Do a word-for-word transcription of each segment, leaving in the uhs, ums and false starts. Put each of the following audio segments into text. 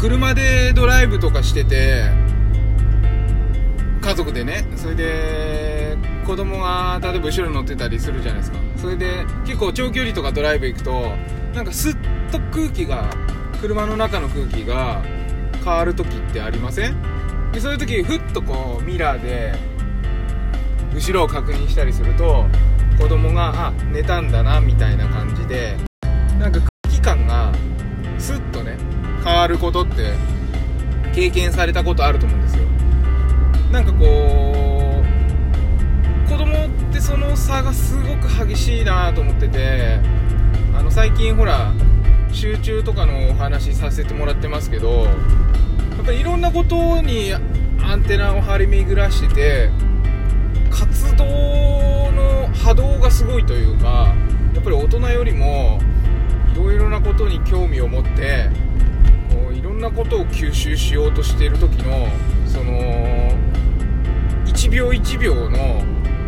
車でドライブとかしてて、家族でね、それで子供が例えば後ろに乗ってたりするじゃないですか。それで結構長距離とかドライブ行くと、なんかスッと空気が、車の中の空気が変わる時ってありません？でそういう時ふっとこうミラーで後ろを確認したりすると、子供があ寝たんだなみたいな感じで、なんか空気感がスッとね変わることって経験されたことあると思うんですよ。なんかこう子供ってその差がすごく激しいなと思ってて、あの最近ほら集中とかのお話させてもらってますけど、やっぱりいろんなことにアンテナを張り巡らしてて、活動の波動がすごいというか、やっぱり大人よりもいろいろなことに興味を持ってこういろんなことを吸収しようとしている時のそのいちびょういちびょうの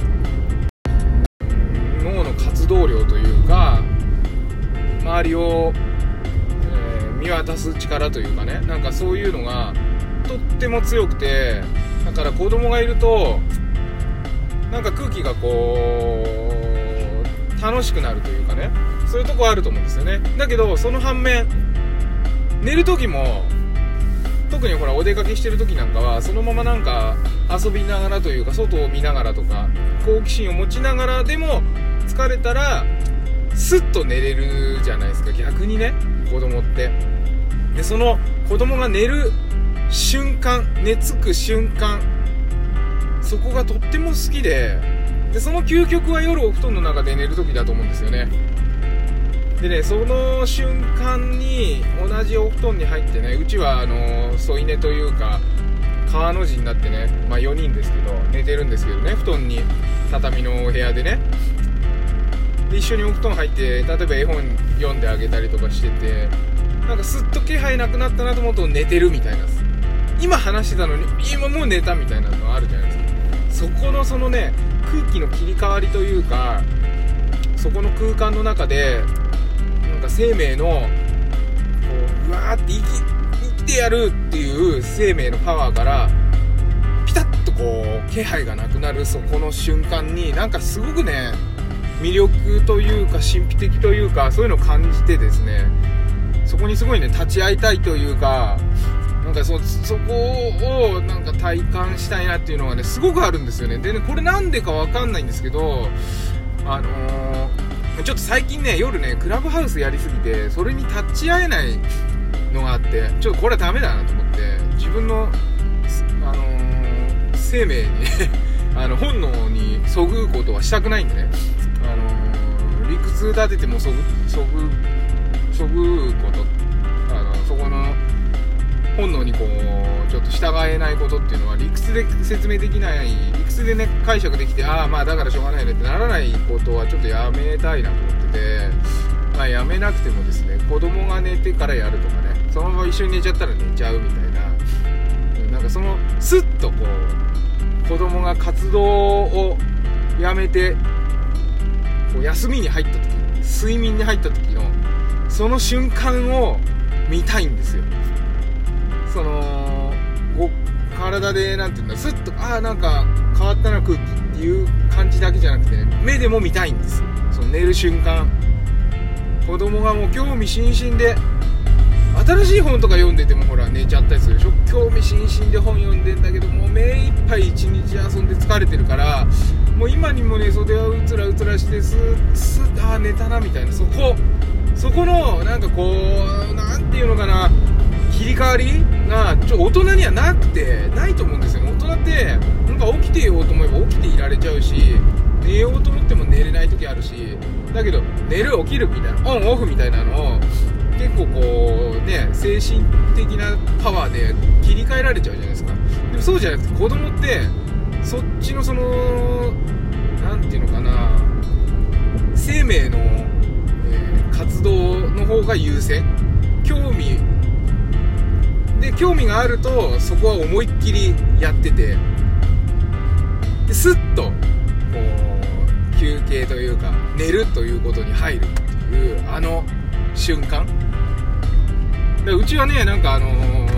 脳の活動量というか、周りを、えー、見渡す力というかね、なんかそういうのがとっても強くて、だから子供がいるとなんか空気がこう楽しくなるというかね、そういうとこあると思うんですよね。だけどその反面、寝る時も特にほらお出かけしてる時なんかはそのままなんか遊びながらというか、外を見ながらとか好奇心を持ちながらでも疲れたらスッと寝れるじゃないですか、逆にね、子供って。でその子供が寝る瞬間、寝つく瞬間、そこがとっても好きで、でその究極は夜お布団の中で寝る時だと思うんですよね。でね、その瞬間に同じお布団に入ってね、うちはあの添い寝というか川の字になってね、まあよにんですけど寝てるんですけどね、布団に畳のお部屋でね、で一緒にお布団入って、例えば絵本読んであげたりとかしてて、なんかスッと気配なくなったなと思うと寝てるみたいな、今話してたのに今もう寝たみたいなのあるじゃないですか。そこのそのね空気の切り替わりというか、そこの空間の中でなんか生命のこううわーって生き生きてやるっていう生命のパワーからピタッとこう気配がなくなる、そこの瞬間になんかすごくね魅力というか神秘的というか、そういうのを感じてですね、そこにすごいね立ち会いたいというか、なんか そ, そこをなんか体感したいなっていうのがねすごくあるんですよね。でね、これなんでかわかんないんですけど、あのー、ちょっと最近ね夜ねクラブハウスやりすぎてそれに立ち会えないのがあって、ちょっとこれはダメだなと思って、自分の、あのー、生命にあの本能にそぐうことはしたくないんでね、あのー、理屈立ててもそぐそぐそぐうこと、あのそこの本能にこうちょっと従えないことっていうのは理屈で説明できない、理屈でね解釈できて、ああまあだからしょうがないねってならないことはちょっとやめたいなと思ってて、まあやめなくてもですね、子供が寝てからやるとかね、そのまま一緒に寝ちゃったら寝ちゃうみたいな、なんかそのスッとこう子供が活動をやめてこう休みに入った時、睡眠に入った時のその瞬間を見たいんですよ。そのこう体でなんていうんだ、スッとああなんか変わったな空気っていう感じだけじゃなくて、ね、目でも見たいんです。その寝る瞬間、子供がもう興味津々で、新しい本とか読んでてもほら寝ちゃったりするでしょ。興味津々で本読んでんだけど、もう目いっぱい一日遊んで疲れてるから、もう今にもね袖をうつらうつらしてスッスッああ寝たなみたいな、そこそこのなんかこうなんていうのかな、切り替わりがちょ大人にはなくてないと思うんですよね。大人ってなんか起きていようと思えば起きていられちゃうし、寝ようと思っても寝れない時あるし、だけど寝る起きるみたいなオンオフみたいなのを結構こうね精神的なパワーで切り替えられちゃうじゃないですか。でもそうじゃなくて、子供ってそっちのそのなんていうのかな、生命の、えー、活動の方が優先、興味で興味があるとそこは思いっきりやってて、でスッとこう休憩というか寝るということに入るっていうあの瞬間で、うちはねなんかあのー、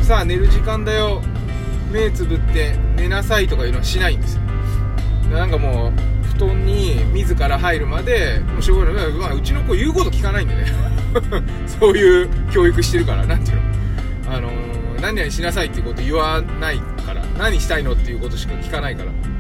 さあ寝る時間だよ、目つぶって寝なさいとかいうのはしないんですよ。なんかもう布団に自ら入るまでもうしょうがない、まあ、うちの子言うこと聞かないんでねそういう教育してるから、なんていうの、あのー、何々しなさいっていうこと言わないから、何したいのっていうことしか聞かないから、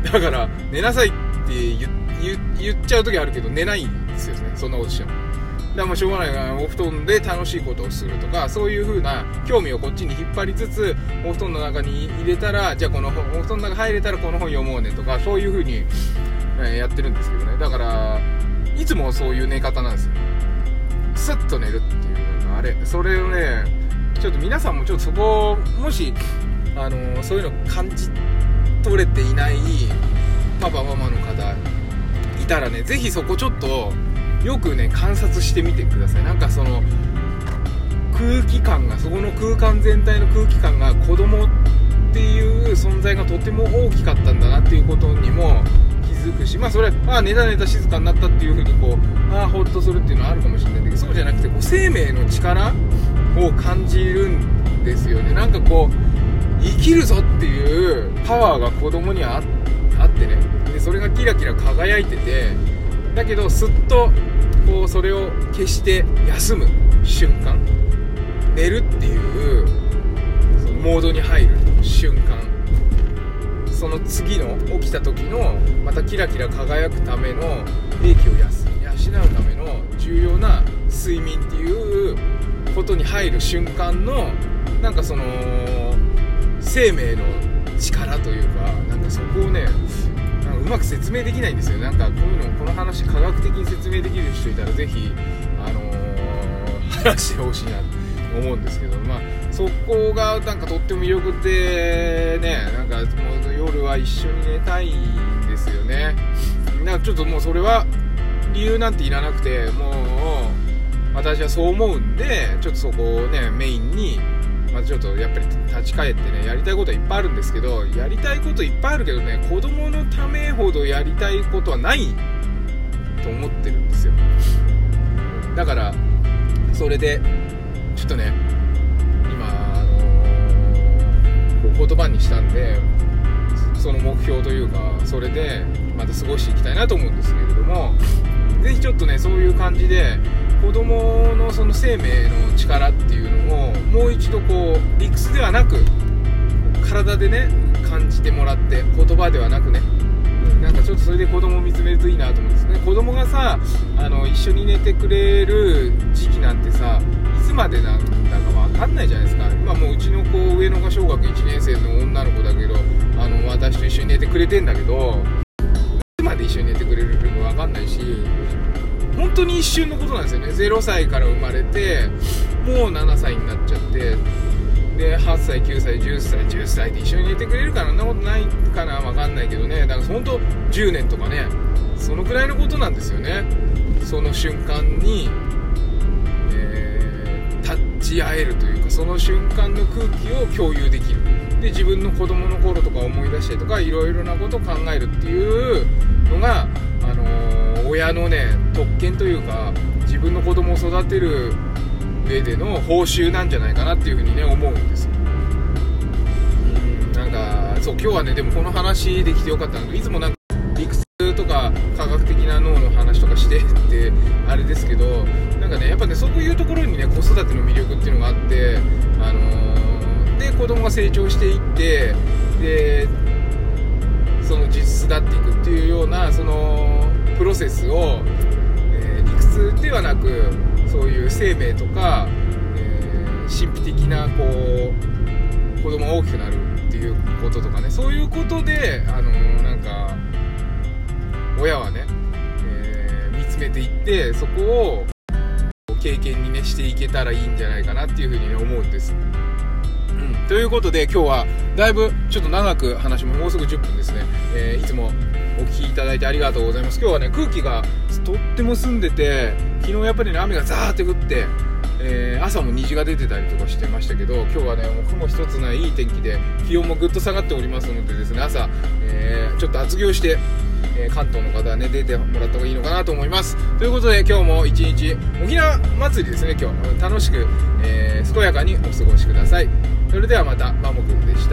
だから寝なさいって言, 言, 言っちゃう時あるけど寝ないんですよね、そんなことしても。だからもうしょうがないから、お布団で楽しいことをするとか、そういう風な興味をこっちに引っ張りつつ、お布団の中に入れたら、じゃあこの本、お布団の中入れたらこの本読もうねとか、そういう風に、えー、やってるんですけどね。だからいつもそういう寝方なんですよ。スッと寝るっていうのあれ、それをね、ちょっと皆さんもちょっとそこもしあのー、そういうの感じ取れていないパパママの方いたらね、ぜひそこちょっとよくね観察してみてください。なんかその空気感が、そこの空間全体の空気感が子供っていう存在がとても大きかったんだなっていうことにも気づくし、まあそれはあ寝た寝た静かになったっていう風にこうあほっとするっていうのはあるかもしれないんだけど、そうじゃなくてこう生命の力を感じるんですよね。なんかこう生きるぞっていうパワーが子供には あ, あってね、でそれがキラキラ輝いてて、だけどすっとこうそれを消して休む瞬間、寝るっていうそのモードに入る瞬間、その次の起きた時のまたキラキラ輝くための英気を養うための重要な睡眠っていうことに入る瞬間のなんかその生命の力というか、なんかそこをねなんかうまく説明できないんですよ。なんかこういうの、この話科学的に説明できる人いたらぜひ、あのー、話してほしいなと思うんですけど、まあそこがなんかとっても魅力でね、なんかもう夜は一緒に寝たいんですよね。なんかちょっともうそれは理由なんていらなくて、もう私はそう思うんで、ちょっとそこをねメインにまあ、ちょっとやっぱり立ち返ってね、やりたいことはいっぱいあるんですけど、やりたいこといっぱいあるけどね、子供のためほどやりたいことはないと思ってるんですよ。だからそれでちょっとね今、あのー、言葉にしたんで、その目標というかそれでまた過ごしていきたいなと思うんですけれども、ぜひちょっとねそういう感じで子供のその生命の力っていうのをもう一度こう理屈ではなく体でね感じてもらって、言葉ではなくね、なんかちょっとそれで子供を見つめるといいなと思うんですね。子供がさあの一緒に寝てくれる時期なんてさ、いつまでなんだか分かんないじゃないですか。今もううちの子上のが小学いちねん生の女の子だけど、あの私と一緒に寝てくれてんだけど、いつまで一緒に寝てくれるか分かんないし、本当に一瞬のことなんですよね。ゼロさいから生まれてもうななさいになっちゃって、ではっさいきゅうさいじゅっさいじゅっさいで一緒に寝てくれるかな、そんなことないかな、分かんないけどね。だから本当じゅうねんとかね、そのくらいのことなんですよね。その瞬間に、えー、タッチ合えるというか、その瞬間の空気を共有できる。で自分の子供の頃とか思い出してとかいろいろなことを考えるっていうのが、あのー、親のね特権というか、自分の子供を育てる上での報酬なんじゃないかなっていうふうにね思うんですよ。うん、なんかそう今日はねでもこの話できてよかったので、いつもなんか理屈とか科学的な脳の話とかしてってあれですけど、なんかねやっぱねそういうところにね子育ての魅力っていうのがあって、あのー、で子供が成長していって、でその実だっていくっていうようなそのプロセスを、えー、理屈ではなく、そういう生命とか、えー、神秘的なこう子供が大きくなるっていうこととかね、そういうことで、あのー、なんか親はね、えー、見つめていって、そこを経験にねしていけたらいいんじゃないかなっていうふうにね思うんです。うん、ということで今日はだいぶちょっと長く話ももうすぐじゅっぷんですね、えー、いつもお聞きいただいてありがとうございます。今日はね空気がとっても澄んでて、昨日やっぱりね雨がザーって降って、えー、朝も虹が出てたりとかしてましたけど、今日はねもう雲一つないいい天気で気温もぐっと下がっておりますのでですね、朝、えー、ちょっと厚着をして、えー、関東の方はね出てもらった方がいいのかなと思います。ということで今日も一日沖縄祭りですね、今日楽しく、えー、健やかにお過ごしください。 それではまた、マモくんでした。